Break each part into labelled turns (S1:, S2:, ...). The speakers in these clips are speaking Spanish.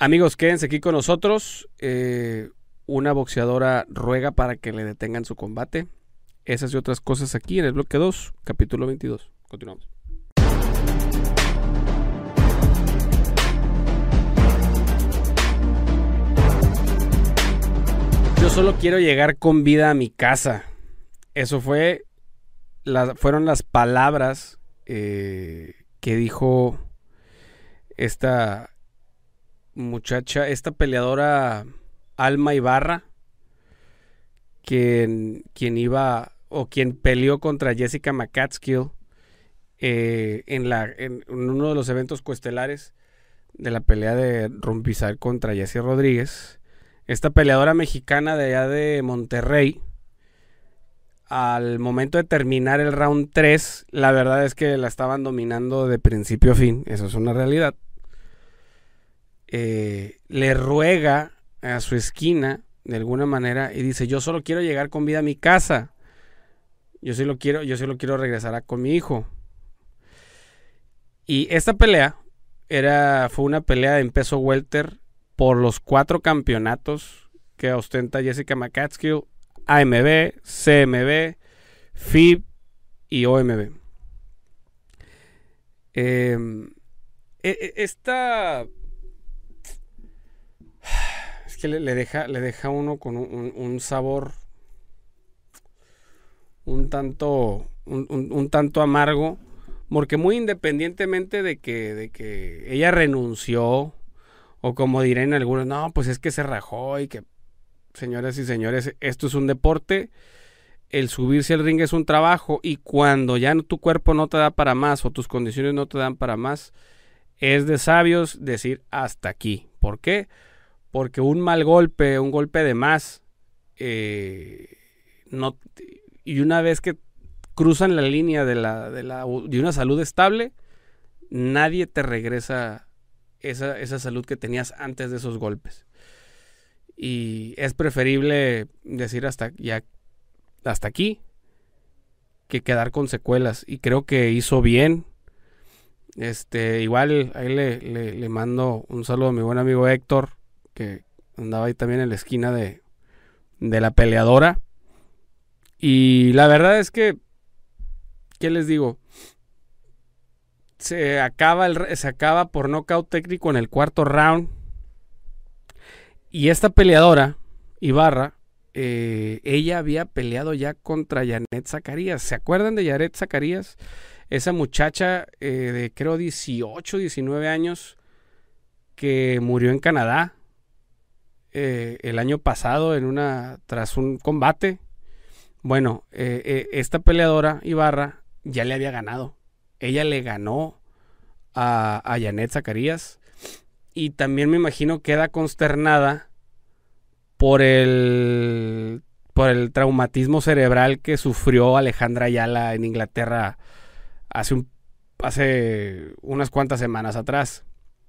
S1: Amigos, quédense aquí con nosotros. Una boxeadora ruega para que le detengan su combate. Esas y otras cosas aquí en el bloque 2, capítulo 22. Continuamos. Yo solo quiero llegar con vida a mi casa. Eso fueron las palabras que dijo esta muchacha, esta peleadora Alma Ibarra, quien peleó contra Jessica McCaskill en uno de los eventos coestelares de la pelea de Rumpisal contra Jessie Rodríguez. Esta peleadora mexicana de allá de Monterrey, al momento de terminar el round 3, la verdad es que la estaban dominando de principio a fin. Eso es una realidad. Le ruega a su esquina de alguna manera y dice: yo solo quiero llegar con vida a mi casa. Yo solo quiero regresar con mi hijo. Y esta pelea fue una pelea en peso welter por los 4 campeonatos que ostenta Jessica McCaskill: AMB, CMB, FIB y OMB. Esta es que le deja uno con un sabor un tanto amargo, porque muy independientemente de que ella renunció, o como dirán algunos, no, pues es que se rajó y que, señoras y señores, esto es un deporte. El subirse al ring es un trabajo, y cuando ya tu cuerpo no te da para más o tus condiciones no te dan para más, es de sabios decir hasta aquí. ¿Por qué? Porque un mal golpe, un golpe de más, y una vez que cruzan la línea de una salud estable, nadie te regresa esa salud que tenías antes de esos golpes. Y es preferible decir hasta aquí que quedar con secuelas. Y creo que hizo bien. Igual ahí le mando un saludo a mi buen amigo Héctor, que andaba ahí también en la esquina de la peleadora. Y la verdad es que, ¿qué les digo? Se acaba por nocaut técnico en el 4º round. Y esta peleadora, Ibarra, ella había peleado ya contra Janet Zacarías. ¿Se acuerdan de Janet Zacarías? Esa muchacha de creo 18, 19 años que murió en Canadá el año pasado tras un combate. Bueno, esta peleadora Ibarra ya le había ganado. Ella le ganó a Janet Zacarías, y también me imagino queda consternada por el traumatismo cerebral que sufrió Alejandra Ayala en Inglaterra hace unas cuantas semanas atrás.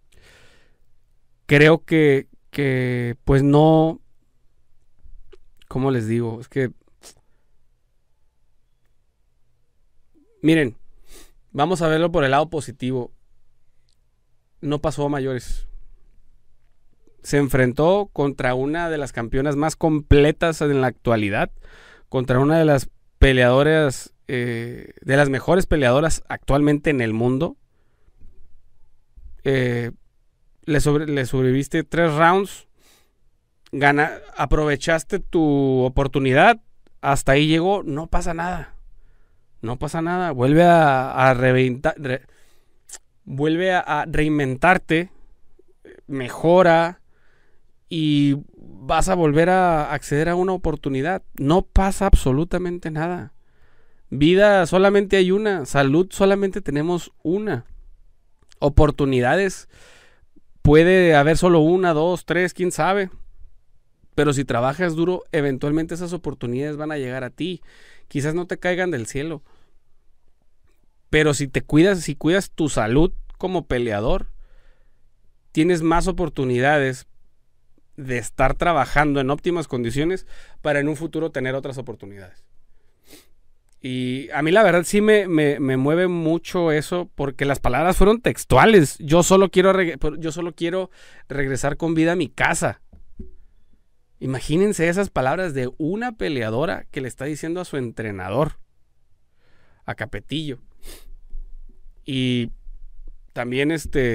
S1: Creo que pues no, ¿cómo les digo? Es que, miren, vamos a verlo por el lado positivo. No pasó a mayores. Se enfrentó contra una de las campeonas más completas en la actualidad, contra una de las peleadoras, de las mejores peleadoras actualmente en el mundo. Le sobreviviste 3 rounds, aprovechaste tu oportunidad, hasta ahí llegó, no pasa nada. No pasa nada, vuelve a reinventarte, mejora, y vas a volver a acceder a una oportunidad. No pasa absolutamente nada. Vida solamente hay una, salud solamente tenemos una. Oportunidades puede haber solo 1, 2, 3, quién sabe. Pero si trabajas duro, eventualmente esas oportunidades van a llegar a ti. Quizás no te caigan del cielo, pero si cuidas tu salud como peleador, tienes más oportunidades de estar trabajando en óptimas condiciones para en un futuro tener otras oportunidades. Y a mí la verdad sí me mueve mucho eso porque las palabras fueron textuales. Yo solo quiero regresar con vida a mi casa. Imagínense esas palabras de una peleadora que le está diciendo a su entrenador, a Capetillo. Y también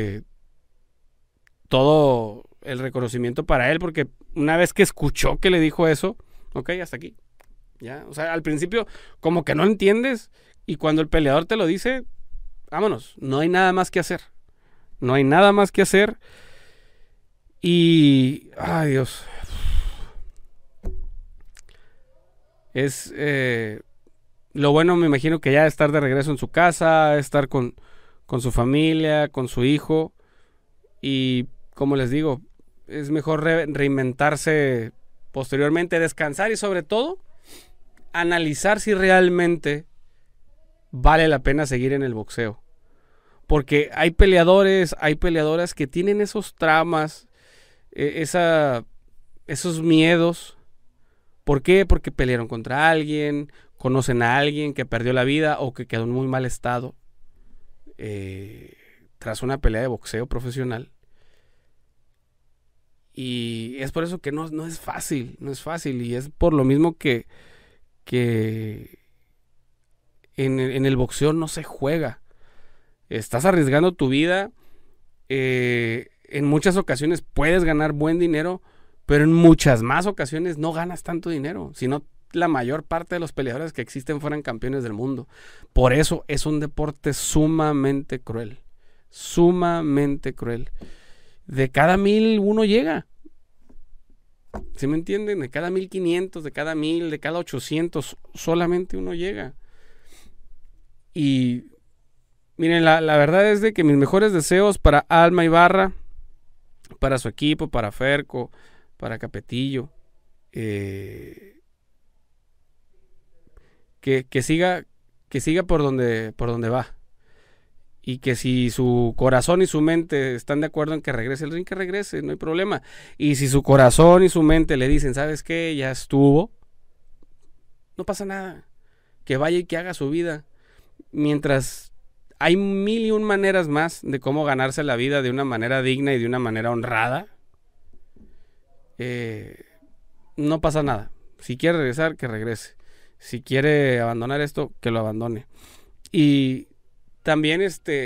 S1: todo el reconocimiento para él, porque una vez que escuchó que le dijo eso, ok, hasta aquí. Ya, o sea, al principio como que no entiendes y cuando el peleador te lo dice, vámonos, no hay nada más que hacer. No hay nada más que hacer. Y ay, Dios. Es lo bueno, me imagino que ya estar de regreso en su casa, estar con su familia, con su hijo. Y como les digo, es mejor reinventarse posteriormente, descansar y sobre todo analizar si realmente vale la pena seguir en el boxeo. Porque hay peleadores, hay peleadoras que tienen esos traumas, esos miedos. ¿Por qué? Porque pelearon contra alguien, conocen a alguien que perdió la vida o que quedó en muy mal estado tras una pelea de boxeo profesional. Y es por eso que no es fácil, no es fácil. Y es por lo mismo que en el boxeo no se juega. Estás arriesgando tu vida. En muchas ocasiones puedes ganar buen dinero, pero en muchas más ocasiones no ganas tanto dinero, sino la mayor parte de los peleadores que existen fueran campeones del mundo. Por eso es un deporte sumamente cruel. Sumamente cruel. De cada 1000 uno llega. ¿Sí me entienden? De cada 1500, de cada 1000, de cada 800, solamente uno llega. Y miren, la verdad es de que mis mejores deseos para Alma Ibarra, para su equipo, para Ferco, para Capetillo, que siga por donde va. Y que si su corazón y su mente están de acuerdo en que regrese el ring, que regrese, no hay problema. Y si su corazón y su mente le dicen, ¿sabes qué? Ya estuvo, no pasa nada. Que vaya y que haga su vida. Mientras hay 1001 maneras más de cómo ganarse la vida de una manera digna y de una manera honrada, no pasa nada. Si quiere regresar, que regrese. Si quiere abandonar esto, que lo abandone. Y también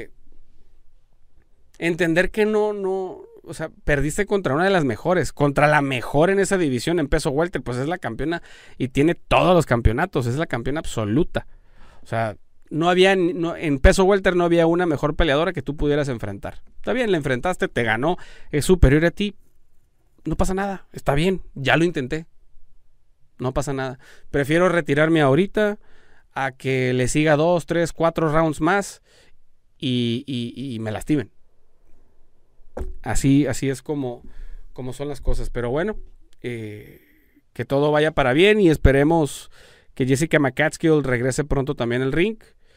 S1: entender que o sea, perdiste contra una de las mejores, contra la mejor en esa división en peso welter, pues es la campeona y tiene todos los campeonatos, es la campeona absoluta. O sea, en peso welter no había una mejor peleadora que tú pudieras enfrentar. Está bien, la enfrentaste, te ganó, es superior a ti, no pasa nada, está bien, ya lo intenté, no pasa nada. Prefiero retirarme ahorita a que le siga 2, 3, 4 rounds más y me lastimen. Así es como son las cosas. Pero bueno, que todo vaya para bien y esperemos que Jessica McCaskill regrese pronto también al ring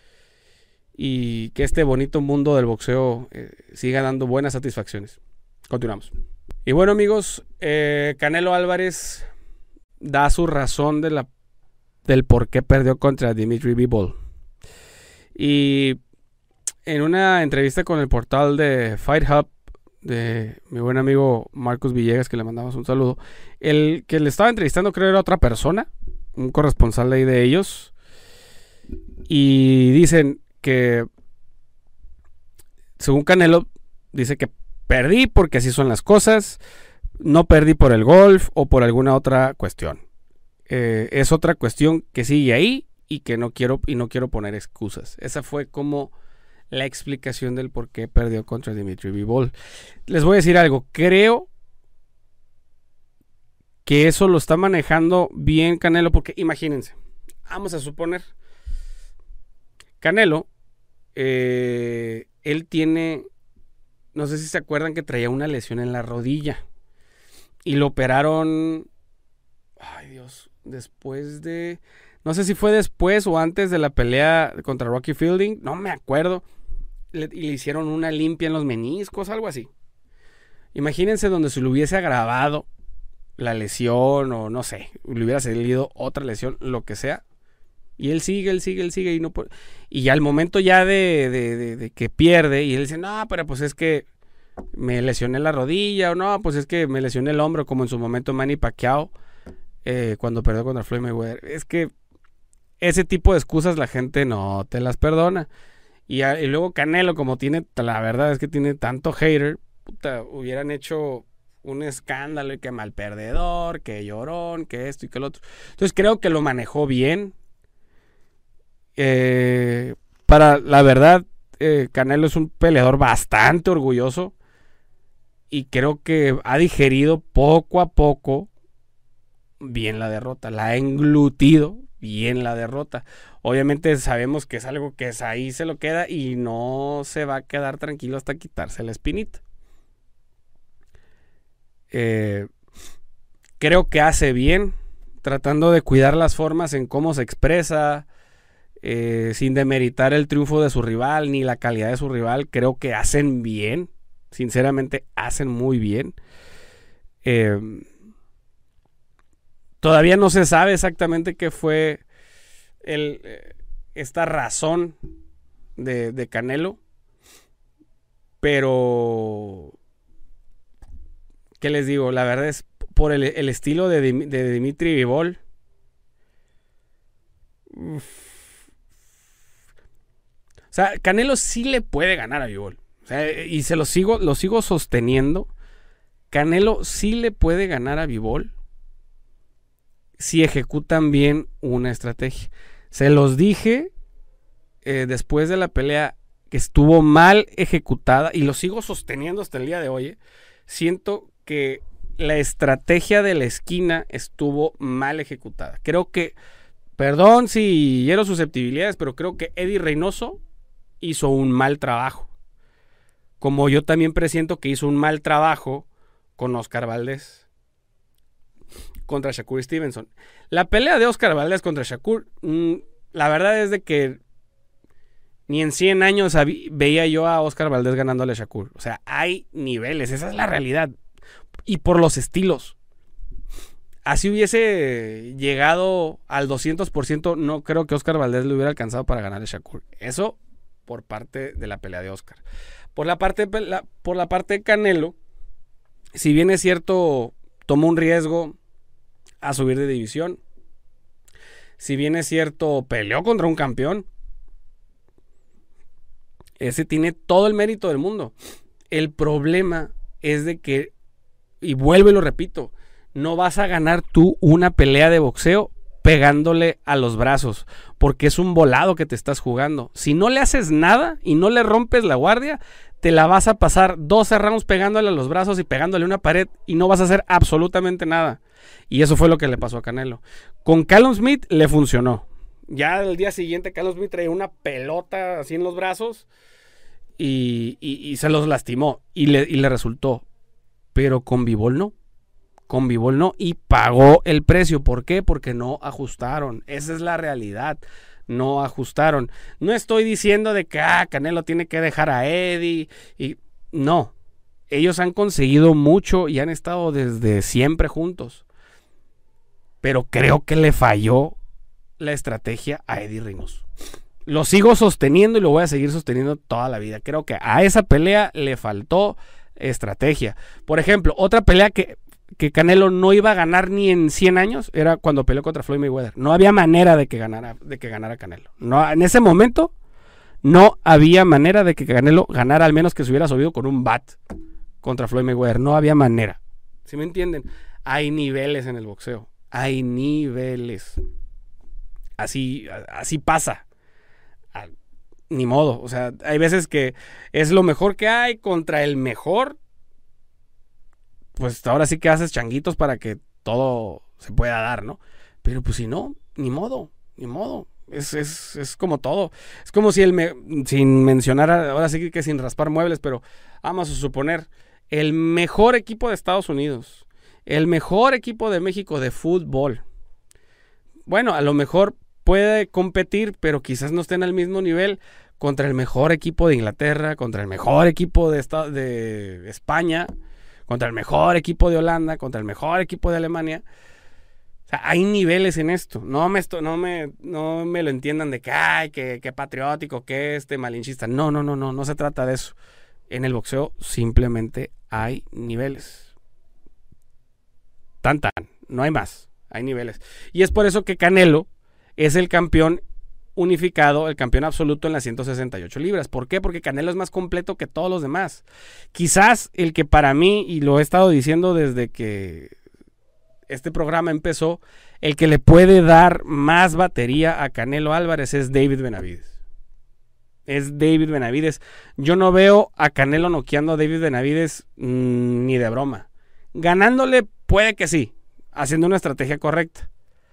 S1: y que este bonito mundo del boxeo siga dando buenas satisfacciones. Continuamos. Y bueno, amigos, Canelo Álvarez da su razón del por qué perdió contra Dimitri Bivol. Y en una entrevista con el portal de Fight Hub de mi buen amigo Marcus Villegas, que le mandamos un saludo, el que le estaba entrevistando creo era otra persona, un corresponsal ahí de ellos, y dicen que según Canelo dice que perdí porque así son las cosas, no perdí por el golf o por alguna otra cuestión. Es otra cuestión que sigue ahí y que no quiero poner excusas. Esa fue como la explicación del por qué perdió contra Dimitri Bivol. Les voy a decir algo, creo que eso lo está manejando bien Canelo, porque imagínense, vamos a suponer, Canelo, él tiene, no sé si se acuerdan que traía una lesión en la rodilla y lo operaron, ay Dios, después de, no sé si fue después o antes de la pelea contra Rocky Fielding, no me acuerdo, y le hicieron una limpia en los meniscos, algo así. Imagínense donde se le hubiese agravado la lesión o no sé, le hubiera salido otra lesión, lo que sea, Y él sigue y no puede. Y ya al momento ya de que pierde, y él dice, no, pero pues es que me lesioné la rodilla, o no, pues es que me lesioné el hombro, como en su momento Manny Pacquiao, cuando perdió contra Floyd Mayweather. Es que ese tipo de excusas la gente no te las perdona. Y luego Canelo, como tiene, la verdad es que tiene tanto hater, puta, hubieran hecho un escándalo y que mal perdedor, que llorón, que esto y que el otro. Entonces creo que lo manejó bien. Para la verdad, Canelo es un peleador bastante orgulloso y creo que ha digerido poco a poco bien la derrota, la ha englutido bien la derrota. Obviamente sabemos que es algo que es ahí, se lo queda y no se va a quedar tranquilo hasta quitarse la espinita. Creo que hace bien tratando de cuidar las formas en cómo se expresa, sin demeritar el triunfo de su rival ni la calidad de su rival. Creo que hacen bien, sinceramente hacen muy bien. Todavía no se sabe exactamente qué fue esta razón de Canelo, pero ¿qué les digo? La verdad es por el estilo de Dimitri Bivol. O sea, Canelo sí le puede ganar a Bivol. O sea, y lo sigo sosteniendo. Canelo sí le puede ganar a Bivol si ejecutan bien una estrategia. Se los dije después de la pelea que estuvo mal ejecutada y lo sigo sosteniendo hasta el día de hoy. Siento que la estrategia de la esquina estuvo mal ejecutada. Creo que, perdón si hiero susceptibilidades, pero creo que Eddie Reynoso hizo un mal trabajo. Como yo también presiento que hizo un mal trabajo con Oscar Valdés contra Shakur Stevenson. La pelea de Oscar Valdés contra Shakur, la verdad es de que ni en 100 años veía yo a Oscar Valdés ganándole a Shakur. O sea, hay niveles, esa es la realidad. Y por los estilos. Así hubiese llegado al 200%, no creo que Oscar Valdés le hubiera alcanzado para ganar a Shakur. Eso por parte de la pelea de Oscar. Por la parte de Canelo, si bien es cierto, tomó un riesgo a subir de división. Si bien es cierto, peleó contra un campeón. Ese tiene todo el mérito del mundo. El problema es de que, y vuelvo y lo repito, no vas a ganar tú una pelea de boxeo pegándole a los brazos, porque es un volado que te estás jugando. Si no le haces nada y no le rompes la guardia, te la vas a pasar 12 rounds pegándole a los brazos y pegándole a una pared y no vas a hacer absolutamente nada. Y eso fue lo que le pasó a Canelo. Con Callum Smith le funcionó. Ya el día siguiente Callum Smith traía una pelota así en los brazos y se los lastimó y le resultó. Pero con Bivol no. Con Bivol no, y pagó el precio. ¿Por qué? Porque no ajustaron. Esa es la realidad. No ajustaron. No estoy diciendo de que Canelo tiene que dejar a Eddie. No. Ellos han conseguido mucho y han estado desde siempre juntos. Pero creo que le falló la estrategia a Eddie Reynoso. Lo sigo sosteniendo y lo voy a seguir sosteniendo toda la vida. Creo que a esa pelea le faltó estrategia. Por ejemplo, otra pelea que Canelo no iba a ganar ni en 100 años era cuando peleó contra Floyd Mayweather. No había manera de que ganara Canelo. No, en ese momento no había manera de que Canelo ganara, al menos que se hubiera subido con un bat contra Floyd Mayweather. No había manera. ¿Sí me entienden? Hay niveles en el boxeo. Hay niveles. Así pasa. Ni modo. O sea, hay veces que es lo mejor que hay contra el mejor. Pues ahora sí que haces changuitos para que todo se pueda dar, ¿no? Pero pues si no, ni modo. Es como todo. Es como si sin mencionar, ahora sí que sin raspar muebles, pero vamos a suponer, el mejor equipo de Estados Unidos, el mejor equipo de México de fútbol. Bueno, a lo mejor puede competir, pero quizás no estén al mismo nivel contra el mejor equipo de Inglaterra, contra el mejor equipo de España, contra el mejor equipo de Holanda, contra el mejor equipo de Alemania. O sea, hay niveles en esto. No me lo entiendan de que, ay, que patriótico, que malinchista. No se trata de eso. En el boxeo simplemente hay niveles. Tan, no hay más. Hay niveles. Y es por eso que Canelo es el campeón unificado, el campeón absoluto en las 168 libras. ¿Por qué? Porque Canelo es más completo que todos los demás. Quizás el que para mí, y lo he estado diciendo desde que este programa empezó, el que le puede dar más batería a Canelo Álvarez es David Benavidez. Es David Benavidez. Yo no veo a Canelo noqueando a David Benavidez ni de broma. Ganándole puede que sí, haciendo una estrategia correcta.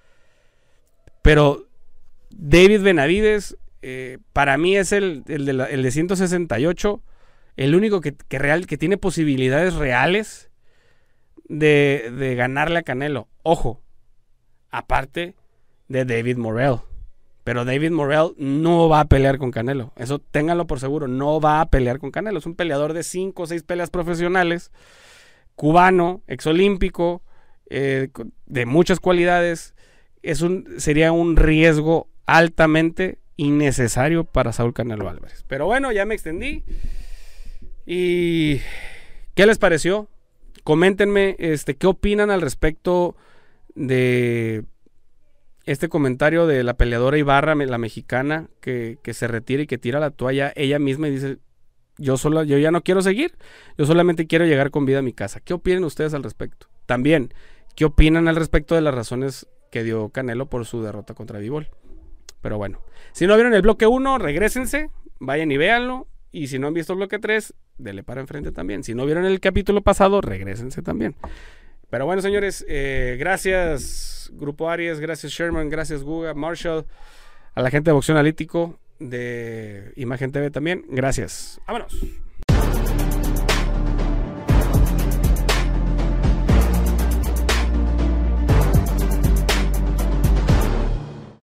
S1: Pero David Benavidez para mí es el de 168, el único que tiene posibilidades reales de ganarle a Canelo. Ojo, aparte de David Morrell. Pero David Morrell no va a pelear con Canelo. Eso ténganlo por seguro. No va a pelear con Canelo. Es un peleador de 5 o 6 peleas profesionales. Cubano, exolímpico, de muchas cualidades. Sería un riesgo altamente innecesario para Saúl Canelo Álvarez. Pero bueno, ya me extendí. ¿Y qué les pareció? Coméntenme qué opinan al respecto de este comentario de la peleadora Ibarra, la mexicana, que se retira y que tira la toalla ella misma y dice, yo ya no quiero seguir, yo solamente quiero llegar con vida a mi casa. ¿Qué opinan ustedes al respecto? También, ¿qué opinan al respecto de las razones que dio Canelo por su derrota contra Bivol? Pero bueno, si no vieron el bloque 1, regrésense, vayan y véanlo. Y si no han visto el bloque 3, denle para enfrente también. Si no vieron el capítulo pasado, regrésense también. Pero bueno, señores, gracias Grupo Aries, gracias Sherman, gracias Guga, Marshall, a la gente de Boxeo Analítico, de Imagen TV también. Gracias. Vámonos.